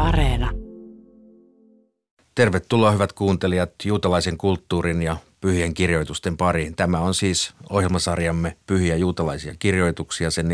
Areena. Tervetuloa hyvät kuuntelijat juutalaisen kulttuurin ja pyhien kirjoitusten pariin. Tämä on siis ohjelmasarjamme Pyhiä juutalaisia kirjoituksia, sen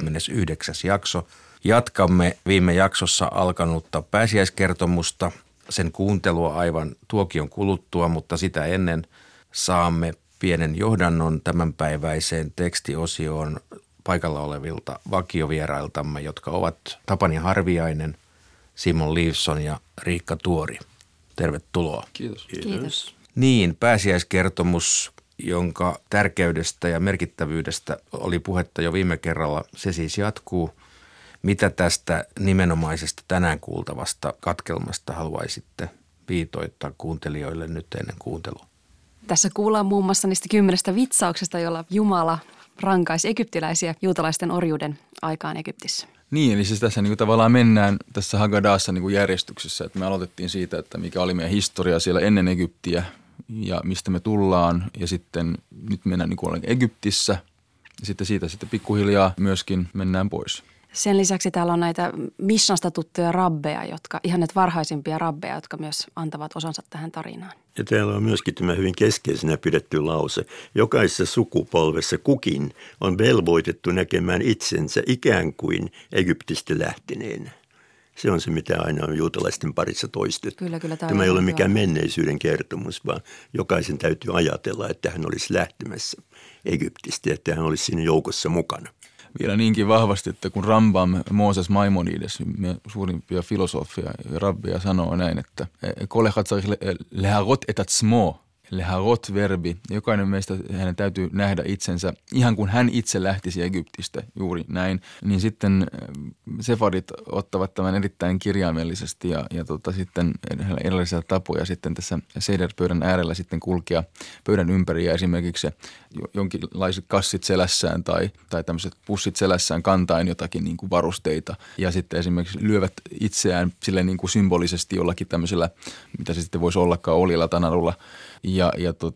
49. jakso. Jatkamme viime jaksossa alkanutta pääsiäiskertomusta, sen kuuntelua aivan tuokion kuluttua, mutta sitä ennen saamme pienen johdannon tämänpäiväiseen tekstiosioon paikalla olevilta vakiovierailtamme, jotka ovat Tapani Harviainen, Simon Leifson ja Riikka Tuori. Tervetuloa. Kiitos. Niin, pääsiäiskertomus, jonka tärkeydestä ja merkittävyydestä oli puhetta jo viime kerralla, se siis jatkuu. Mitä tästä nimenomaisesta tänään kuultavasta katkelmasta haluaisitte viitoittaa kuuntelijoille nyt ennen kuuntelua? Tässä kuullaan muun muassa niistä 10 vitsauksesta, jolla Jumala rankaisi egyptiläisiä juutalaisten orjuuden aikaan Egyptissä. Niin, eli siis tässä tavallaan mennään tässä Hagadassa järjestyksessä, että me aloitettiin siitä, että mikä oli meidän historia siellä ennen Egyptiä ja mistä me tullaan. Ja sitten nyt mennään Egyptissä ja sitten siitä pikkuhiljaa myöskin mennään pois. Sen lisäksi täällä on näitä Mishnasta tuttuja rabbeja, ihan näitä varhaisimpia rabbeja, jotka myös antavat osansa tähän tarinaan. Ja täällä on myöskin tämä hyvin keskeisenä pidetty lause. Jokaisessa sukupolvessa kukin on velvoitettu näkemään itsensä ikään kuin Egyptistä lähteneenä. Se on se, mitä aina on juutalaisten parissa toistettu. Kyllä, tämä ei ole mikään menneisyyden kertomus, vaan jokaisen täytyy ajatella, että hän olisi lähtemässä Egyptistä ja että hän olisi siinä joukossa mukana. Vielä niinkin vahvasti, että kun Rambam, Mooses Maimonides, suurimpia filosofia ja rabbeja sanoo näin, että kol echad tzarich leharot et atzmo, leharot verbi. Jokainen meistä hänen täytyy nähdä itsensä ihan kuin hän itse lähtisi Egyptistä juuri näin. Niin sitten sefarit ottavat tämän erittäin kirjaimellisesti ja sitten erilaisia tapoja sitten tässä seder-pöydän äärellä sitten kulkea pöydän ympäri ja esimerkiksi jonkinlaiset kassit selässään tai tämmöiset pussit selässään kantaen jotakin niin kuin varusteita ja sitten esimerkiksi lyövät itseään silleen niin kuin symbolisesti jollakin tämmöisellä, mitä se sitten voisi ollakaan oljella tanarulla ja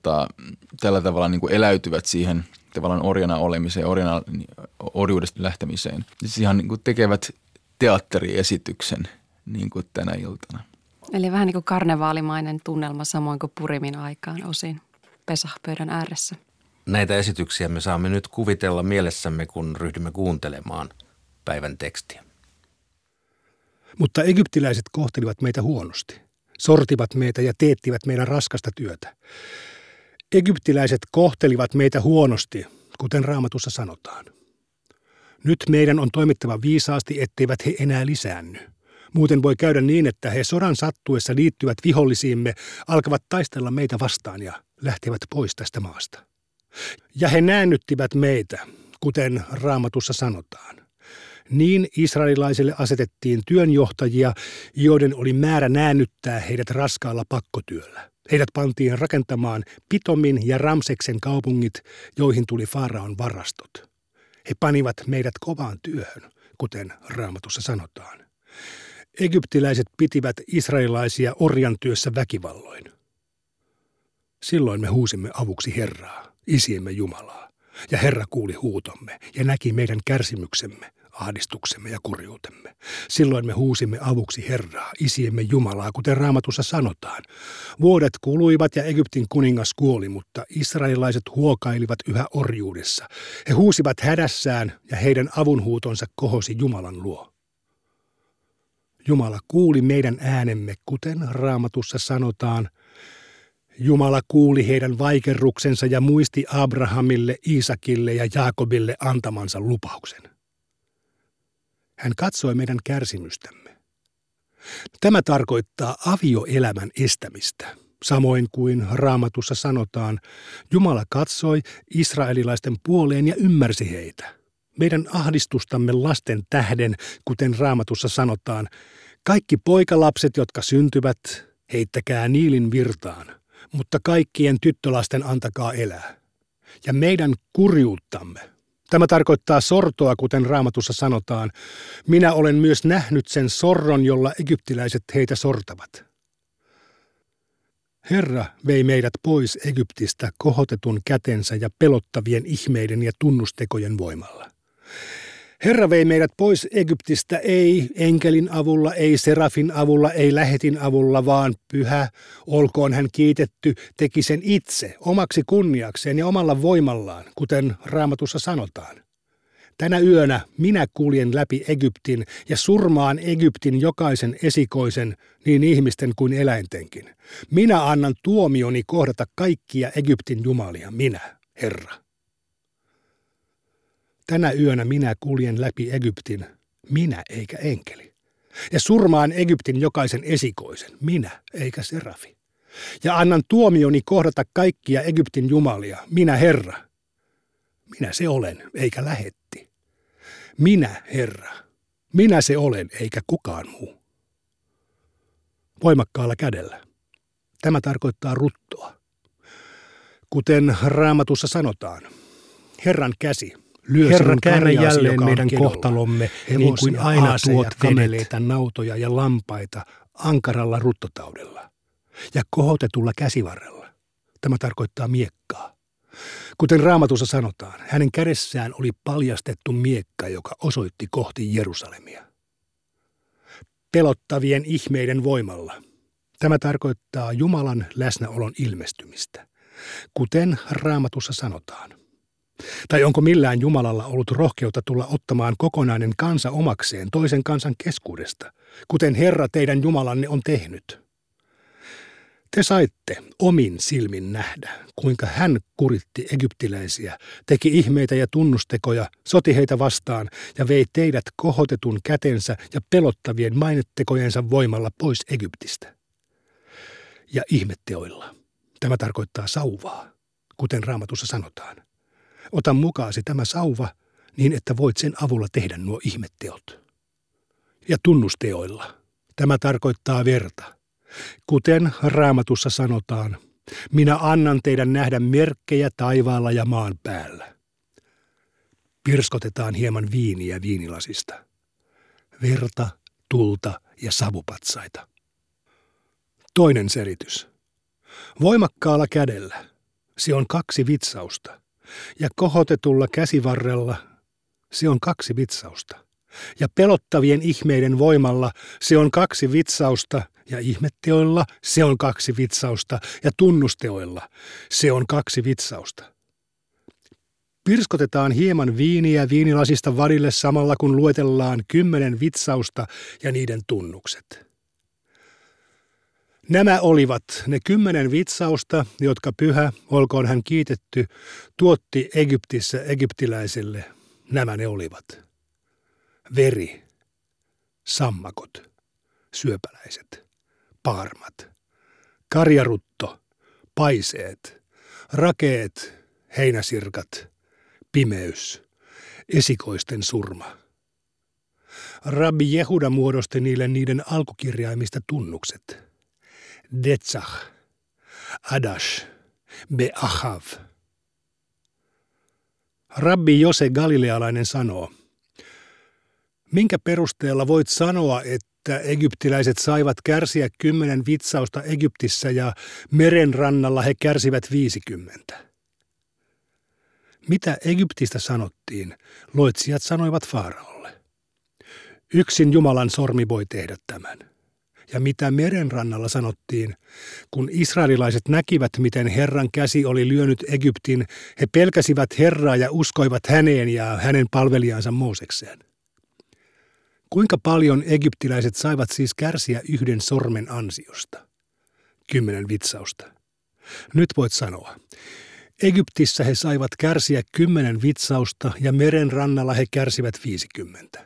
tällä tavalla niin kuin eläytyvät siihen tavallaan orjana olemiseen, orjuudesta lähtemiseen. Siis ihan niin kuin tekevät teatteriesityksen niin kuin tänä iltana. Eli vähän niin kuin karnevaalimainen tunnelma samoin kuin Purimin aikaan osin Pesach-pöydän ääressä. Näitä esityksiä me saamme nyt kuvitella mielessämme, kun ryhdymme kuuntelemaan päivän tekstiä. Mutta egyptiläiset kohtelivat meitä huonosti. Sortivat meitä ja teettivät meidän raskasta työtä. Egyptiläiset kohtelivat meitä huonosti, kuten Raamatussa sanotaan. Nyt meidän on toimittava viisaasti, etteivät he enää lisäänny. Muuten voi käydä niin, että he sodan sattuessa liittyvät vihollisiimme, alkavat taistella meitä vastaan ja lähtevät pois tästä maasta. Ja he näännyttivät meitä, kuten Raamatussa sanotaan. Niin israelilaisille asetettiin työnjohtajia, joiden oli määrä näännyttää heidät raskaalla pakkotyöllä. Heidät pantiin rakentamaan Pitomin ja Ramseksen kaupungit, joihin tuli Faaraon varastot. He panivat meidät kovaan työhön, kuten Raamatussa sanotaan. Egyptiläiset pitivät israelilaisia orjan työssä väkivalloin. Silloin me huusimme avuksi Herraa, isiemme Jumalaa, ja Herra kuuli huutomme ja näki meidän kärsimyksemme, ahdistuksemme ja kurjuutemme. Silloin me huusimme avuksi Herraa, isiemme Jumalaa, kuten Raamatussa sanotaan. Vuodet kuluivat ja Egyptin kuningas kuoli, mutta israelilaiset huokailivat yhä orjuudessa. He huusivat hädässään ja heidän avunhuutonsa kohosi Jumalan luo. Jumala kuuli meidän äänemme, kuten Raamatussa sanotaan. Jumala kuuli heidän vaikerruksensa ja muisti Abrahamille, Iisakille ja Jaakobille antamansa lupauksen. Hän katsoi meidän kärsimystämme. Tämä tarkoittaa avioelämän estämistä. Samoin kuin Raamatussa sanotaan, Jumala katsoi israelilaisten puoleen ja ymmärsi heitä. Meidän ahdistustamme lasten tähden, kuten Raamatussa sanotaan, kaikki poikalapset, jotka syntyvät, heittäkää Niilin virtaan, mutta kaikkien tyttölasten antakaa elää. Ja meidän kurjuuttamme. Tämä tarkoittaa sortoa, kuten Raamatussa sanotaan. Minä olen myös nähnyt sen sorron, jolla egyptiläiset heitä sortavat. Herra vei meidät pois Egyptistä kohotetun kätensä ja pelottavien ihmeiden ja tunnustekojen voimalla. Herra vei meidät pois Egyptistä ei enkelin avulla, ei serafin avulla, ei lähetin avulla, vaan pyhä, olkoon hän kiitetty, teki sen itse, omaksi kunniakseen ja omalla voimallaan, kuten Raamatussa sanotaan. Tänä yönä minä kuljen läpi Egyptin ja surmaan Egyptin jokaisen esikoisen, niin ihmisten kuin eläintenkin. Minä annan tuomioni kohdata kaikkia Egyptin jumalia, minä, Herra. Tänä yönä minä kuljen läpi Egyptin, minä eikä enkeli. Ja surmaan Egyptin jokaisen esikoisen, minä eikä serafi. Ja annan tuomioni kohdata kaikkia Egyptin jumalia, minä Herra. Minä se olen, eikä lähetti. Minä Herra. Minä se olen, eikä kukaan muu. Voimakkaalla kädellä. Tämä tarkoittaa ruttoa. Kuten Raamatussa sanotaan, Herran käsi lyö Herra, käännä jälleen meidän kohtalomme, niin kuin aina tuot kameleita, nautoja ja lampaita ankaralla ruttotaudella ja kohotetulla käsivarrella. Tämä tarkoittaa miekkaa. Kuten Raamatussa sanotaan, hänen kädessään oli paljastettu miekka, joka osoitti kohti Jerusalemia. Pelottavien ihmeiden voimalla. Tämä tarkoittaa Jumalan läsnäolon ilmestymistä, kuten Raamatussa sanotaan. Tai onko millään Jumalalla ollut rohkeutta tulla ottamaan kokonainen kansa omakseen toisen kansan keskuudesta, kuten Herra teidän Jumalanne on tehnyt? Te saitte omin silmin nähdä, kuinka hän kuritti egyptiläisiä, teki ihmeitä ja tunnustekoja, soti heitä vastaan ja vei teidät kohotetun kätensä ja pelottavien mainettekojensa voimalla pois Egyptistä. Ja ihmetteoilla. Tämä tarkoittaa sauvaa, kuten Raamatussa sanotaan. Ota mukaasi tämä sauva niin, että voit sen avulla tehdä nuo ihmetteot. Ja tunnusteoilla. Tämä tarkoittaa verta. Kuten Raamatussa sanotaan, minä annan teidän nähdä merkkejä taivaalla ja maan päällä. Pirskotetaan hieman viiniä viinilasista. Verta, tulta ja savupatsaita. Toinen selitys. Voimakkaalla kädellä. Se on 2 vitsausta. Ja kohotetulla käsivarrella se on 2 vitsausta. Ja pelottavien ihmeiden voimalla se on 2 vitsausta. Ja ihmetteoilla se on 2 vitsausta. Ja tunnusteoilla se on 2 vitsausta. Pirskotetaan hieman viiniä viinilasista vadille samalla kun luetellaan 10 vitsausta ja niiden tunnukset. Nämä olivat ne 10 vitsausta, jotka pyhä, olkoon hän kiitetty, tuotti Egyptissä egyptiläiselle. Nämä ne olivat. Veri, sammakot, syöpäläiset, paarmat, karjarutto, paiseet, rakeet, heinäsirkat, pimeys, esikoisten surma. Rabbi Jehuda muodosti niille niiden alkukirjaimista tunnukset. Detzach, Adash, Beachav. Rabbi Jose Galilealainen sanoo, minkä perusteella voit sanoa, että egyptiläiset saivat kärsiä 10 vitsausta Egyptissä ja meren rannalla he kärsivät 50? Mitä Egyptistä sanottiin, loitsijat sanoivat Faaraolle. Yksin Jumalan sormi voi tehdä tämän. Ja mitä merenrannalla sanottiin, kun israelilaiset näkivät, miten Herran käsi oli lyönyt Egyptin, he pelkäsivät Herraa ja uskoivat häneen ja hänen palvelijansa Moosekseen. Kuinka paljon egyptiläiset saivat siis kärsiä 1 sormen ansiosta? 10 vitsausta. Nyt voit sanoa. Egyptissä he saivat kärsiä 10 vitsausta ja merenrannalla he kärsivät 50.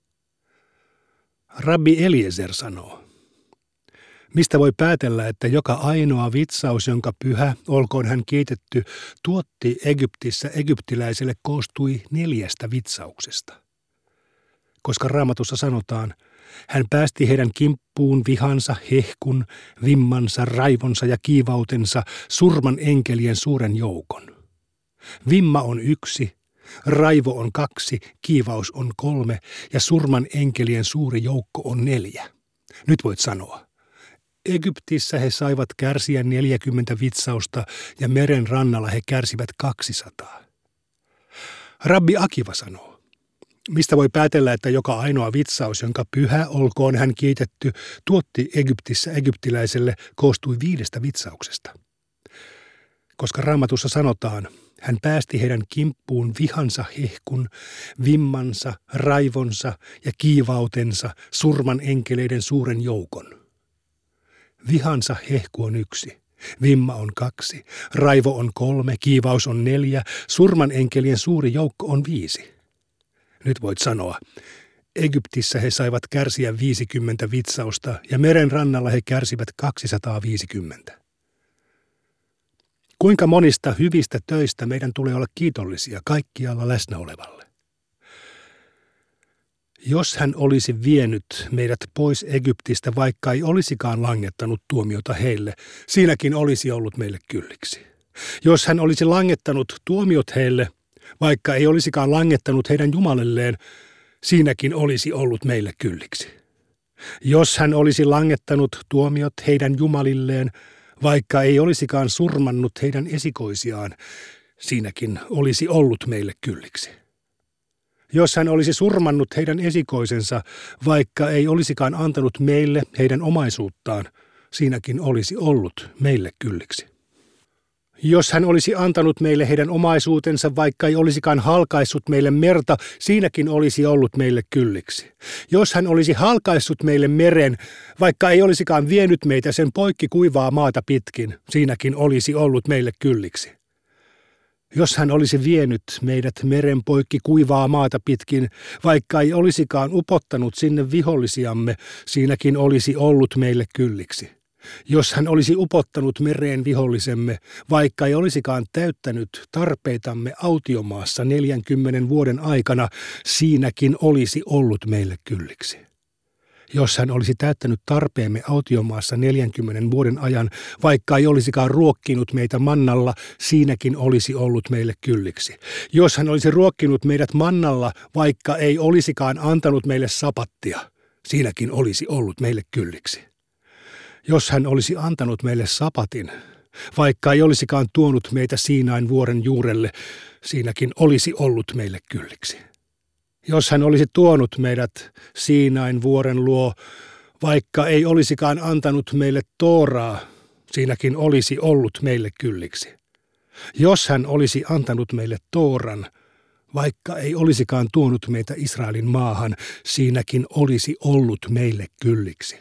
Rabbi Eliezer sanoo. Mistä voi päätellä, että joka ainoa vitsaus, jonka pyhä, olkoon hän kiitetty, tuotti Egyptissä egyptiläiselle koostui 4 vitsauksesta? Koska Raamatussa sanotaan, hän päästi heidän kimppuun vihansa, hehkun, vimmansa, raivonsa ja kiivautensa surman enkelien suuren joukon. Vimma on 1, raivo on 2, kiivaus on 3 ja surman enkelien suuri joukko on 4. Nyt voit sanoa. Egyptissä he saivat kärsiä 40 vitsausta ja meren rannalla he kärsivät 200. Rabbi Akiva sanoo, Mistä voi päätellä, että joka ainoa vitsaus, jonka Pyhä, olkoon hän kiitetty, tuotti Egyptissä egyptiläiselle, koostui 5 vitsauksesta. Koska Raamatussa sanotaan, hän päästi heidän kimppuun vihansa hehkun, vimmansa, raivonsa ja kiivautensa surman enkeleiden suuren joukon. Vihansa hehku on 1, vimma on 2, raivo on 3, kiivaus on 4, surman enkelien suuri joukko on 5. Nyt voit sanoa, Egyptissä he saivat kärsiä 50 vitsausta ja meren rannalla he kärsivät 250. Kuinka monista hyvistä töistä meidän tulee olla kiitollisia kaikkialla läsnä olevalle? Jos hän olisi vienyt meidät pois Egyptistä, vaikka ei olisikaan langettanut tuomiota heille, siinäkin olisi ollut meille kylliksi. Jos hän olisi langettanut tuomiot heille, vaikka ei olisikaan langettanut heidän jumalilleen, siinäkin olisi ollut meille kylliksi. Jos hän olisi langettanut tuomiot heidän jumalilleen, vaikka ei olisikaan surmannut heidän esikoisiaan, siinäkin olisi ollut meille kylliksi. Jos hän olisi surmannut heidän esikoisensa, vaikka ei olisikaan antanut meille heidän omaisuuttaan, siinäkin olisi ollut meille kylliksi. Jos hän olisi antanut meille heidän omaisuutensa, vaikka ei olisikaan halkaissut meille merta, siinäkin olisi ollut meille kylliksi. Jos hän olisi halkaissut meille meren, vaikka ei olisikaan vienyt meitä sen poikki kuivaa maata pitkin, siinäkin olisi ollut meille kylliksi. Jos hän olisi vienyt meidät meren poikki kuivaa maata pitkin, vaikka ei olisikaan upottanut sinne vihollisiamme, siinäkin olisi ollut meille kylliksi. Jos hän olisi upottanut mereen vihollisemme, vaikka ei olisikaan täyttänyt tarpeitamme autiomaassa 40 vuoden aikana, siinäkin olisi ollut meille kylliksi. Jos hän olisi täyttänyt tarpeemme autiomaassa 40 vuoden ajan, vaikka ei olisikaan ruokkinut meitä mannalla, siinäkin olisi ollut meille kylliksi. Jos hän olisi ruokkinut meidät mannalla, vaikka ei olisikaan antanut meille sapattia, siinäkin olisi ollut meille kylliksi. Jos hän olisi antanut meille sapatin, vaikka ei olisikaan tuonut meitä Siinain vuoren juurelle, siinäkin olisi ollut meille kylliksi. Jos hän olisi tuonut meidät Siinain vuoren luo, vaikka ei olisikaan antanut meille Tooraa, siinäkin olisi ollut meille kylliksi. Jos hän olisi antanut meille Tooran, vaikka ei olisikaan tuonut meitä Israelin maahan, siinäkin olisi ollut meille kylliksi.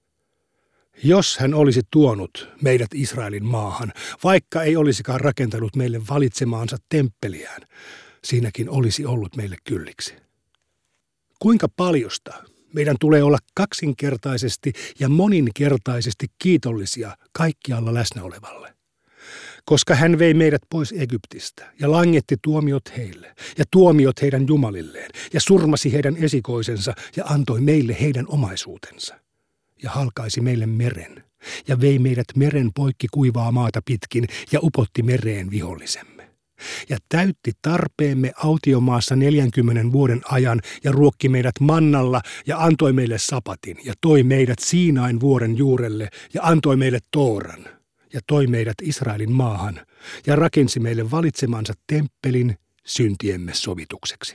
Jos hän olisi tuonut meidät Israelin maahan, vaikka ei olisikaan rakentanut meille valitsemaansa temppeliään, siinäkin olisi ollut meille kylliksi. Kuinka paljosta meidän tulee olla kaksinkertaisesti ja moninkertaisesti kiitollisia kaikkialla läsnä olevalle? Koska hän vei meidät pois Egyptistä ja langetti tuomiot heille ja tuomiot heidän jumalilleen ja surmasi heidän esikoisensa ja antoi meille heidän omaisuutensa. Ja halkaisi meille meren, ja vei meidät meren poikki kuivaa maata pitkin, ja upotti mereen vihollisemme. Ja täytti tarpeemme autiomaassa 40 vuoden ajan, ja ruokki meidät mannalla, ja antoi meille sapatin, ja toi meidät Siinain vuoren juurelle, ja antoi meille Tooran, ja toi meidät Israelin maahan, ja rakensi meille valitsemansa temppelin syntiemme sovitukseksi.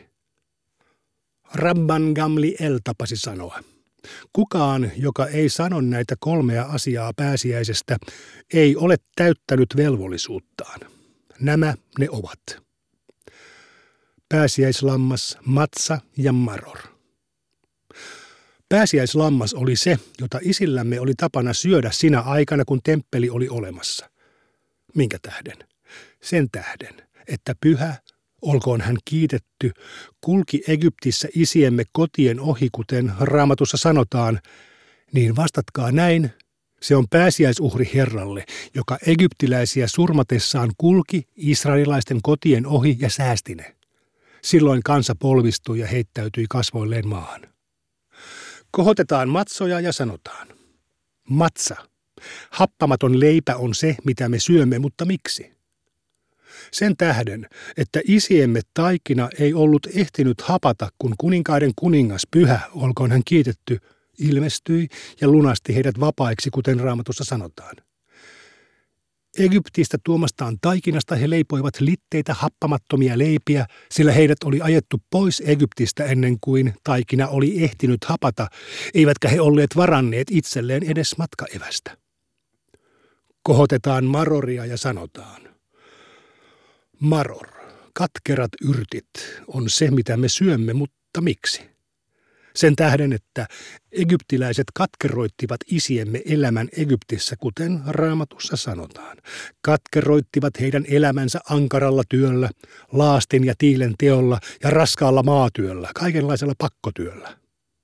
Rabban Gamliel tapasi sanoa: kukaan, joka ei sano näitä 3 asiaa pääsiäisestä, ei ole täyttänyt velvollisuuttaan. Nämä ne ovat: pääsiäislammas, matsa ja maror. Pääsiäislammas oli se, jota isillämme oli tapana syödä sinä aikana, kun temppeli oli olemassa. Minkä tähden? Sen tähden, että Pyhä, olkoon hän kiitetty, kulki Egyptissä isiemme kotien ohi, kuten Raamatussa sanotaan, niin vastatkaa näin: se on pääsiäisuhri Herralle, joka egyptiläisiä surmatessaan kulki israelilaisten kotien ohi ja säästi ne. Silloin kansa polvistui ja heittäytyi kasvoilleen maahan. Kohotetaan matsoja ja sanotaan: matsa, happamaton leipä on se, mitä me syömme, mutta miksi? Sen tähden, että isiemme taikina ei ollut ehtinyt hapata, kun kuninkaiden kuningas Pyhä, olkoon hän kiitetty, ilmestyi ja lunasti heidät vapaiksi, kuten Raamatussa sanotaan. Egyptistä tuomastaan taikinasta he leipoivat litteitä happamattomia leipiä, sillä heidät oli ajettu pois Egyptistä ennen kuin taikina oli ehtinyt hapata, eivätkä he olleet varanneet itselleen edes matkaevästä. Kohotetaan maroria ja sanotaan: Maror, katkerat yrtit on se, mitä me syömme, mutta miksi? Sen tähden, että egyptiläiset katkeroittivat isiemme elämän Egyptissä, kuten Raamatussa sanotaan. Katkeroittivat heidän elämänsä ankaralla työllä, laastin ja tiilen teolla ja raskaalla maatyöllä, kaikenlaisella pakkotyöllä.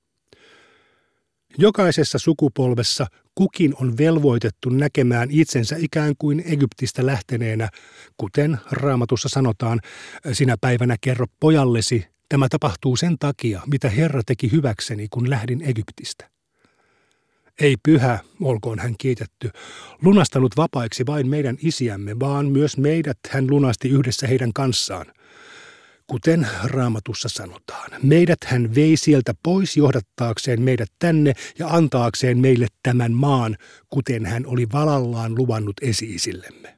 Jokaisessa sukupolvessa kukin on velvoitettu näkemään itsensä ikään kuin Egyptistä lähteneenä, kuten Raamatussa sanotaan: sinä päivänä kerro pojallesi, tämä tapahtuu sen takia, mitä Herra teki hyväkseni, kun lähdin Egyptistä. Ei Pyhä, olkoon hän kiitetty, lunastanut vapaiksi vain meidän isiämme, vaan myös meidät hän lunasti yhdessä heidän kanssaan. Kuten Raamatussa sanotaan, meidät hän vei sieltä pois johdattaakseen meidät tänne ja antaakseen meille tämän maan, kuten hän oli valallaan luvannut esi-isillemme.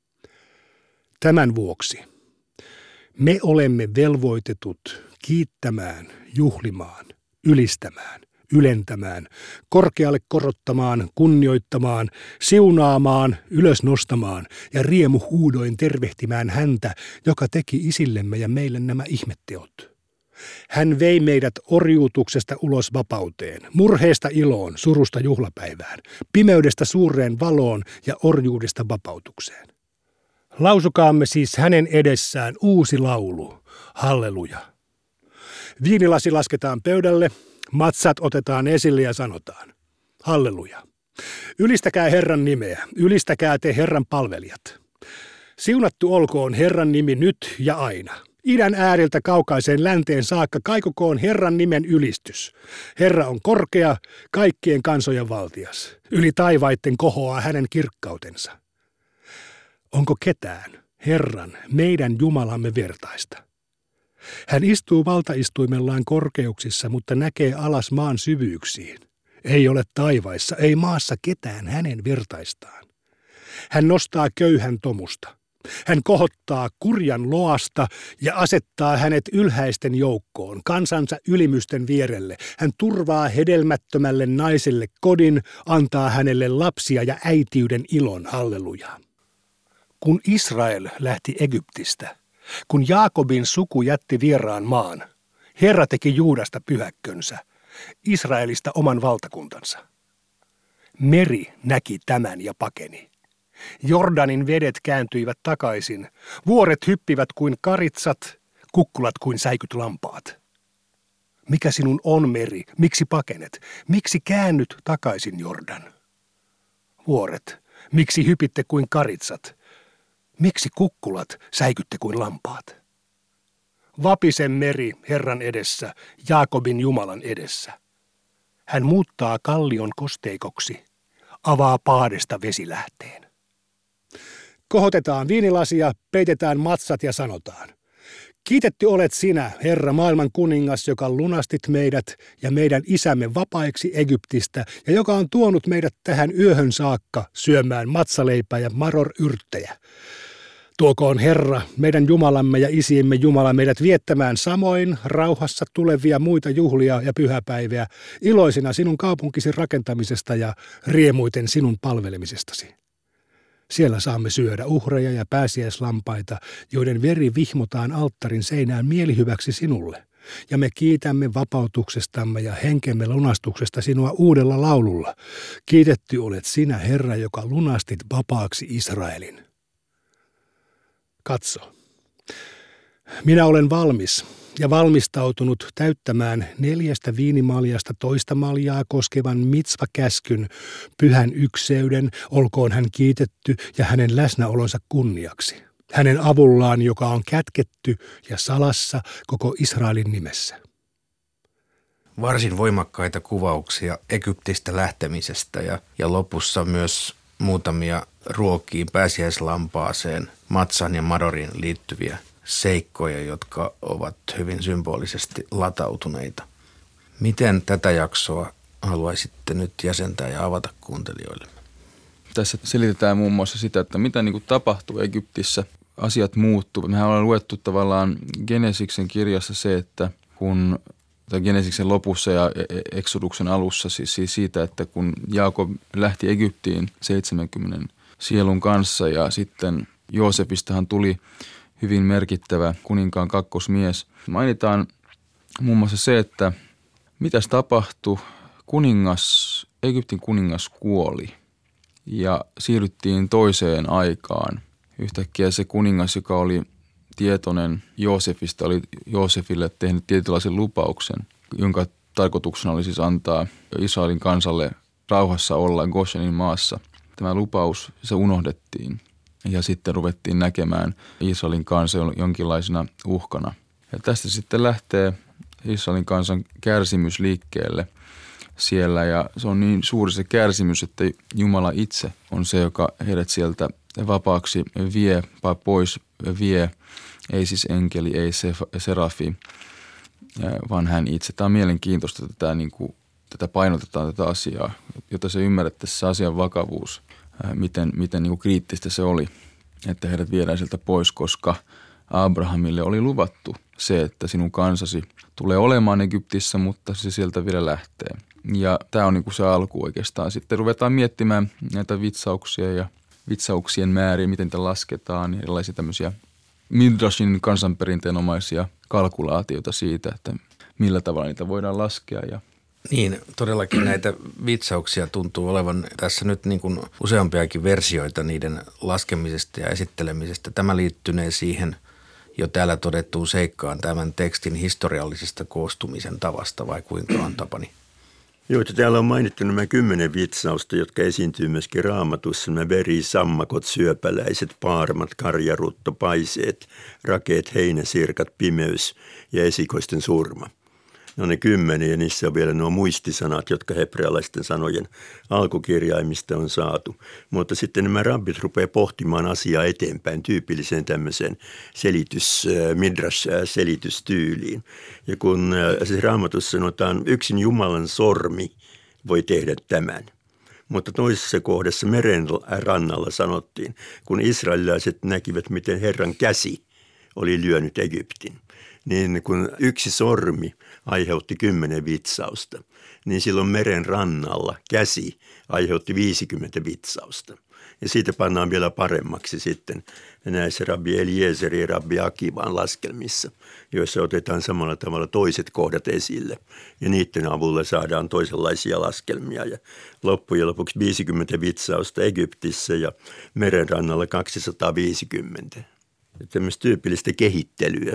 Tämän vuoksi me olemme velvoitetut kiittämään, juhlimaan, ylistämään, ylentämään, korkealle korottamaan, kunnioittamaan, siunaamaan, ylösnostamaan ja riemuhuudoin tervehtimään häntä, joka teki isillemme ja meille nämä ihmetteot. Hän vei meidät orjuutuksesta ulos vapauteen, murheesta iloon, surusta juhlapäivään, pimeydestä suureen valoon ja orjuudesta vapautukseen. Lausukaamme siis hänen edessään uusi laulu, halleluja. Viinilasi lasketaan pöydälle, matsat otetaan esille ja sanotaan: halleluja. Ylistäkää Herran nimeä, ylistäkää te Herran palvelijat. Siunattu olkoon Herran nimi nyt ja aina. Idän ääriltä kaukaiseen länteen saakka kaikokoon Herran nimen ylistys. Herra on korkea, kaikkien kansojen valtias. Yli taivaitten kohoaa hänen kirkkautensa. Onko ketään Herran, meidän Jumalamme vertaista? Hän istuu valtaistuimellaan korkeuksissa, mutta näkee alas maan syvyyksiin. Ei ole taivaissa, ei maassa ketään hänen vertaistaan. Hän nostaa köyhän tomusta. Hän kohottaa kurjan loasta ja asettaa hänet ylhäisten joukkoon, kansansa ylimysten vierelle. Hän turvaa hedelmättömälle naiselle kodin, antaa hänelle lapsia ja äitiyden ilon, halleluja. Kun Israel lähti Egyptistä, kun Jaakobin suku jätti vieraan maan, Herra teki Juudasta pyhäkkönsä, Israelista oman valtakuntansa. Meri näki tämän ja pakeni. Jordanin vedet kääntyivät takaisin, vuoret hyppivät kuin karitsat, kukkulat kuin säikyt lampaat. Mikä sinun on, meri, miksi pakenet, miksi käännyt takaisin, Jordan? Vuoret, miksi hypitte kuin karitsat, miksi kukkulat säikytte kuin lampaat? Vapisen meri Herran edessä, Jaakobin Jumalan edessä. Hän muuttaa kallion kosteikoksi, avaa paadesta vesilähteen. Kohotetaan viinilasia, peitetään matsat ja sanotaan: kiitetty olet sinä, Herra, maailman kuningas, joka lunastit meidät ja meidän isämme vapaiksi Egyptistä ja joka on tuonut meidät tähän yöhön saakka syömään matsaleipää ja maror-yrttejä. Tuokoon Herra, meidän Jumalamme ja isiemme Jumala, meidät viettämään samoin rauhassa tulevia muita juhlia ja pyhäpäiviä, iloisina sinun kaupunkisi rakentamisesta ja riemuiten sinun palvelemisestasi. Siellä saamme syödä uhreja ja pääsiäislampaita, joiden veri vihmotaan alttarin seinään mielihyväksi sinulle. Ja me kiitämme vapautuksestamme ja henkemme lunastuksesta sinua uudella laululla. Kiitetty olet sinä, Herra, joka lunastit vapaaksi Israelin. Katso, minä olen valmis ja valmistautunut täyttämään 4 viinimaljasta 2 maljaa koskevan mitsvakäskyn, pyhän ykseyden, olkoon hän kiitetty ja hänen läsnäolonsa kunniaksi. Hänen avullaan, joka on kätketty ja salassa koko Israelin nimessä. Varsin voimakkaita kuvauksia Egyptistä lähtemisestä ja lopussa myös muutamia ruokiin, pääsiäislampaaseen, matsan ja marorin liittyviä seikkoja, jotka ovat hyvin symbolisesti latautuneita. Miten tätä jaksoa haluaisitte nyt jäsentää ja avata kuuntelijoille? Tässä selitetään muun muassa sitä, että mitä niin kuin tapahtuu Egyptissä. Asiat muuttuu. Mehän ollaan luettu tavallaan Genesiksen kirjassa se, että tai Genesiksen lopussa ja Exoduksen alussa siis siitä, että kun Jaakob lähti Egyptiin 70 sielun kanssa ja sitten Joosefistahan tuli hyvin merkittävä kuninkaan kakkosmies. Mainitaan muun muassa se, että mitäs tapahtui, Egyptin kuningas kuoli ja siirryttiin toiseen aikaan. Yhtäkkiä se kuningas, joka oli tietoinen Joosefista, oli Joosefille tehnyt tietynlaisen lupauksen, jonka tarkoituksena oli siis antaa Israelin kansalle rauhassa olla Goshenin maassa. Tämä lupaus, se unohdettiin ja sitten ruvettiin näkemään Israelin kansa jonkinlaisena uhkana. Ja tästä sitten lähtee Israelin kansan kärsimys liikkeelle siellä ja se on niin suuri se kärsimys, että Jumala itse on se, joka heidät sieltä vapaaksi vie tai pois vie. Ei siis enkeli, ei serafi, vaan hän itse. Tämä on mielenkiintoista, että tätä painotetaan tätä asiaa, jotta se ymmärrettäisiin se asian vakavuus, miten niin kuin kriittistä se oli, että heidät viedään sieltä pois, koska Abrahamille oli luvattu se, että sinun kansasi tulee olemaan Egyptissä, mutta se sieltä vielä lähtee. Ja tämä on niin kuin se alku oikeastaan. Sitten ruvetaan miettimään näitä vitsauksia ja vitsauksien määriä, miten niitä lasketaan, erilaisia tämmöisiä Midrashin kansanperinteenomaisia kalkulaatioita siitä, että millä tavalla niitä voidaan laskea. Niin, todellakin näitä vitsauksia tuntuu olevan tässä nyt niin kuin useampiakin versioita niiden laskemisesta ja esittelemisestä. Tämä liittynee siihen jo täällä todettuun seikkaan tämän tekstin historiallisesta koostumisen tavasta, vai kuinka on, Tapani? Joo, täällä on mainittu nämä 10 vitsausta, jotka esiintyy myöskin Raamatussa. Nämä veri, sammakot, syöpäläiset, paarmat, karjarutto, paiseet, rakeet, heinäsirkat, pimeys ja esikoisten surma. Ne on ne 10 ja niissä on vielä nuo muistisanat, jotka hebrealaisten sanojen alkukirjaimista on saatu. Mutta sitten nämä rabbit rupeaa pohtimaan asiaa eteenpäin tyypilliseen tämmöiseen midrash-selitystyyliin. Ja kun siis Raamatussa sanotaan, yksin Jumalan sormi voi tehdä tämän. Mutta toisessa kohdassa meren rannalla sanottiin, kun israelilaiset näkivät, miten Herran käsi oli lyönyt Egyptin. Niin kun yksi sormi aiheutti 10 vitsausta, niin silloin meren rannalla käsi aiheutti 50 vitsausta. Ja siitä pannaan vielä paremmaksi sitten näissä Rabbi Eliezerin ja Rabbi Akivan laskelmissa, joissa otetaan samalla tavalla toiset kohdat esille. Ja niiden avulla saadaan toisenlaisia laskelmia. Ja loppujen lopuksi 50 vitsausta Egyptissä ja meren rannalla 250. Tämmöistä tyypillistä kehittelyä,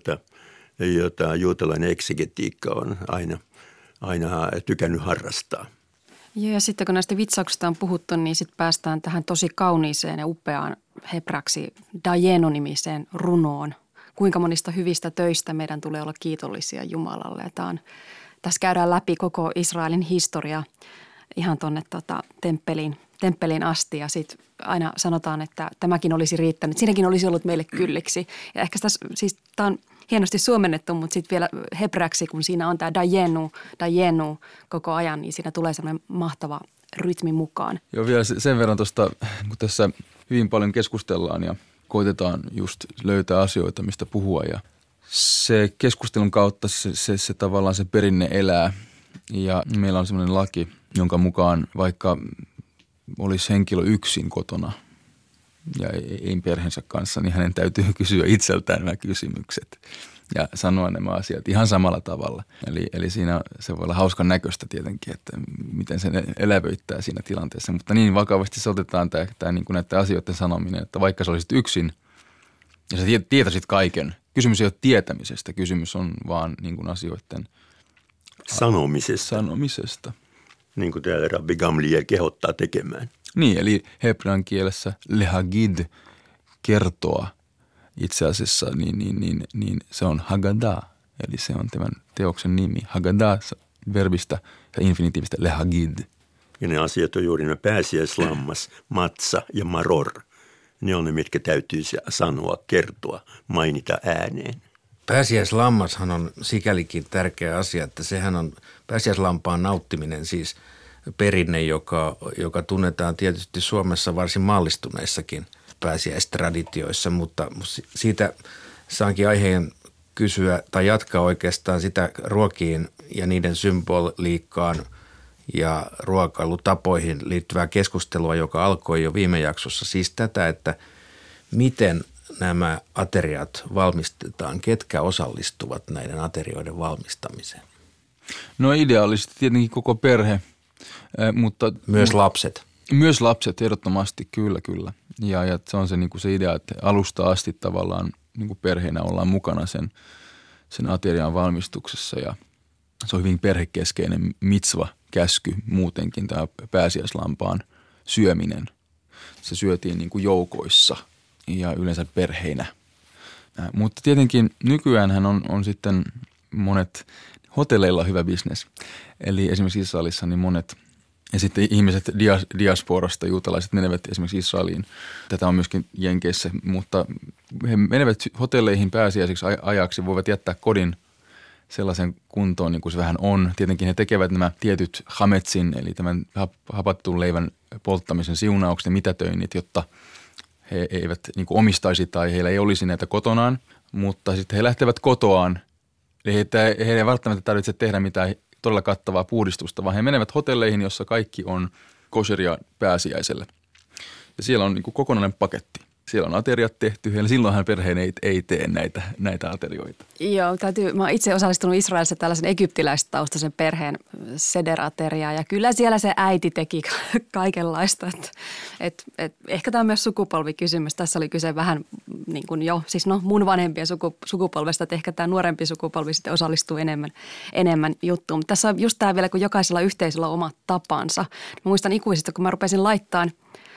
jota juutalainen eksegetiikka on aina tykännyt harrastaa. Ja sitten kun näistä vitsauksista on puhuttu, niin sitten päästään tähän tosi kauniiseen ja upeaan hebraksi Dayenu-nimiseen runoon. Kuinka monista hyvistä töistä meidän tulee olla kiitollisia Jumalalle. Ja tässä käydään läpi koko Israelin historia ihan tuonne temppeliin asti ja sitten aina sanotaan, että tämäkin olisi riittänyt. Siinäkin olisi ollut meille kylliksi. Ja ehkä tässä, siis tämä on hienosti suomennettu, mutta sitten vielä hebreaksi, kun siinä on tämä Dayenu koko ajan, niin siinä tulee sellainen mahtava rytmi mukaan. Joo, vielä sen verran tuosta, kun tässä hyvin paljon keskustellaan ja koitetaan just löytää asioita, mistä puhua. Ja se keskustelun kautta se tavallaan se perinne elää ja meillä on sellainen laki, jonka mukaan vaikka olisi henkilö yksin kotona ja ei perheensä kanssa, niin hänen täytyy kysyä itseltään nämä kysymykset ja sanoa nämä asiat ihan samalla tavalla. Eli siinä se voi olla hauskan näköistä tietenkin, että miten se elävöittää siinä tilanteessa. Mutta niin vakavasti se otetaan tämä niin kuin näiden asioiden sanominen, että vaikka sä olisit yksin ja sä tietäisit kaiken. Kysymys ei ole tietämisestä, kysymys on vaan niin kuin asioiden sanomisesta. Niin kuin täällä Rabbi Gamliel kehottaa tekemään. Niin, eli hebrean kielessä lehagid, kertoa itse asiassa, niin se on hagadah, eli se on tämän teoksen nimi. Hagadah verbistä ja infinitiivistä lehagid. Ja ne asiat on juuri ne pääsiäislammas, matsa ja maror. Ne on ne, mitkä täytyy sanoa, kertoa, mainita ääneen. Pääsiäislammashan on sikälikin tärkeä asia, että sehän on pääsiäislampaan nauttiminen siis perinne, joka tunnetaan tietysti Suomessa varsin mallistuneissakin pääsiäistraditioissa, mutta siitä saankin aiheen kysyä tai jatkaa oikeastaan sitä ruokiin ja niiden symboliikkaan ja ruokailutapoihin liittyvää keskustelua, joka alkoi jo viime jaksossa. Siis tätä, että miten nämä ateriat valmistetaan, ketkä osallistuvat näiden aterioiden valmistamiseen? No ideaalisesti tietenkin koko perhe, mutta... Myös lapset. Myös lapset, ehdottomasti, kyllä. Ja se on se, niin kuin se idea, että alusta asti tavallaan niin kuin perheenä ollaan mukana sen aterian valmistuksessa ja se on hyvin perhekeskeinen mitsva käsky muutenkin tämä pääsiäislampaan syöminen. Se syötiin niin kuin joukoissa ja yleensä perheinä. Mutta tietenkin nykyäänhän on sitten monet hotelleilla on hyvä bisnes. Eli esimerkiksi Israelissa niin monet ja sitten ihmiset diasporasta, juutalaiset menevät esimerkiksi Israeliin. Tätä on myöskin Jenkeissä, mutta he menevät hotelleihin pääsiäiseksi ajaksi, voivat jättää kodin sellaisen kuntoon, niin kuin se vähän on. Tietenkin he tekevät nämä tietyt hametsin, eli tämän hapattun leivän polttamisen siunaukset ja mitätöinnit, jotta he eivät niin kuin omistaisi tai heillä ei olisi näitä kotonaan. Mutta sitten he lähtevät kotoaan, eli he ei välttämättä tarvitse tehdä mitään todella kattavaa puhdistusta, vaan he menevät hotelleihin, jossa kaikki on kosheria pääsiäiselle. Ja siellä on niin kuin kokonainen paketti. Siellä on ateriat tehty, ja silloinhan perheen ei tee näitä aterioita. Joo, mä oon itse osallistunut Israelissa tällaisen egyptiläistaustaisen perheen sederateriaan, ja kyllä siellä se äiti teki kaikenlaista. Ehkä tämä on myös sukupolvikysymys. Tässä oli kyse vähän niin kuin mun vanhempien sukupolvesta, että ehkä tämä nuorempi sukupolvi sitten osallistuu enemmän juttuun. Mutta tässä on just tämä vielä, kun jokaisella yhteisöllä on oma tapansa. Mä muistan ikuisesti, kun mä rupesin laittamaan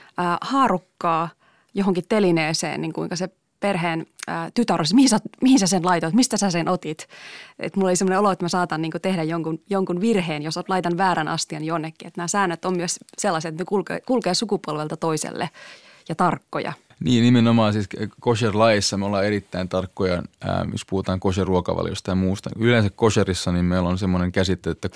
haarukkaa johonkin telineeseen, niin kuinka se perheen tytär olisi, mihin sä sen laitoit, mistä sä sen otit. Että mulla oli semmoinen olo, että mä saatan niin kuin tehdä jonkun virheen, jos laitan väärän astian jonnekin. Että nämä säännöt on myös sellaiset, että ne kulkee sukupolvelta toiselle ja tarkkoja. Niin, nimenomaan siis kosher-laissa me ollaan erittäin tarkkoja, jos puhutaan kosher-ruokavaliosta ja muusta. Yleensä kosherissa niin meillä on semmoinen käsite, että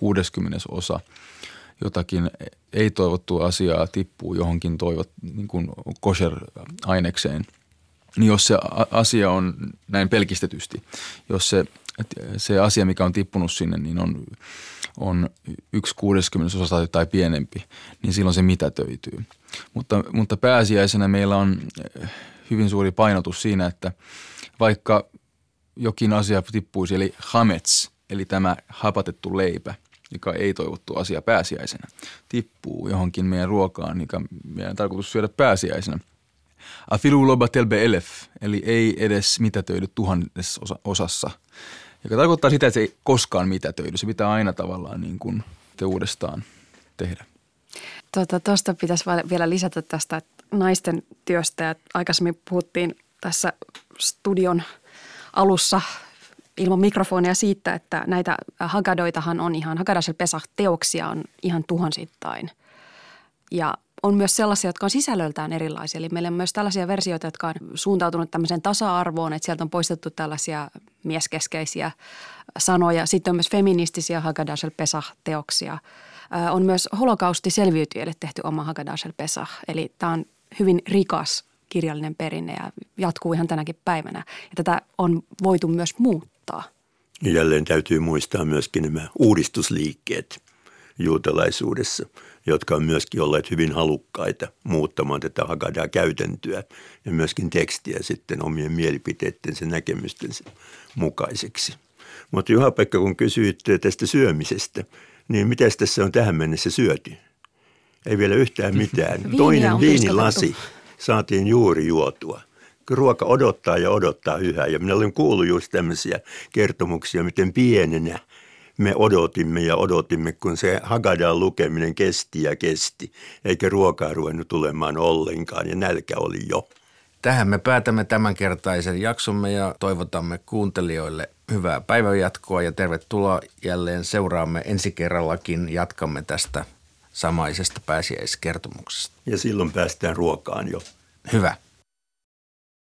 1/60 jotakin ei-toivottua asiaa tippuu johonkin niin kuin kosher-ainekseen, niin jos se asia on näin pelkistetysti, jos se asia, mikä on tippunut sinne, niin on 1/60 tai pienempi, niin silloin se mitätöityy. Mutta pääsiäisenä meillä on hyvin suuri painotus siinä, että vaikka jokin asia tippuisi, eli hametz, eli tämä hapatettu leipä, joka ei toivottu asia pääsiäisenä, tippuu johonkin meidän ruokaan, joka meidän on tarkoitus syödä pääsiäisenä. Afilu lo batel be'elef, eli ei edes mitätöidy 1000-osassa, joka tarkoittaa sitä, että se ei koskaan mitätöidy. Se pitää aina tavallaan niin kuin uudestaan tehdä. Tuosta pitäisi vielä lisätä tästä naisten työstä. Aikaisemmin puhuttiin tässä studion alussa ilman mikrofonia siitä, että näitä hagadoitahan on ihan, Haggadah shel Pesach-teoksia on ihan tuhansittain. Ja on myös sellaisia, jotka on sisällöltään erilaisia. Eli meillä on myös tällaisia versioita, jotka on suuntautunut tämmöiseen tasa-arvoon, että sieltä on poistettu tällaisia mieskeskeisiä sanoja. Sitten on myös feministisiä Haggadah shel Pesach-teoksia. On myös holokaustiselviytyjille tehty oma Haggadah shel Pesach. Eli tämä on hyvin rikas kirjallinen perinne ja jatkuu ihan tänäkin päivänä. Ja tätä on voitu myös muuttaa. Jälleen täytyy muistaa myöskin nämä uudistusliikkeet juutalaisuudessa, jotka on myöskin olleet hyvin halukkaita muuttamaan tätä Haggadah-käytäntöä ja myöskin tekstiä sitten omien mielipiteittensä näkemystensä mukaiseksi. Mutta Juha-Pekka, kun kysyit tästä syömisestä, niin mitäs tässä on tähän mennessä syöty? Ei vielä yhtään mitään. Toinen viinilasi saatiin juuri juotua. Ruoka odottaa ja odottaa yhä. Ja minä olen kuullut just tämmöisiä kertomuksia, miten pienenä me odotimme, kun se Haggadah lukeminen kesti ja kesti. Eikä ruokaa ruvennut tulemaan ollenkaan ja nälkä oli jo. Tähän me päätämme tämänkertaisen jaksomme ja toivotamme kuuntelijoille hyvää päivänjatkoa ja tervetuloa jälleen seuraamme ensi kerrallakin. Jatkamme tästä samaisesta pääsiäiskertomuksesta. Ja silloin päästään ruokaan jo. Hyvä.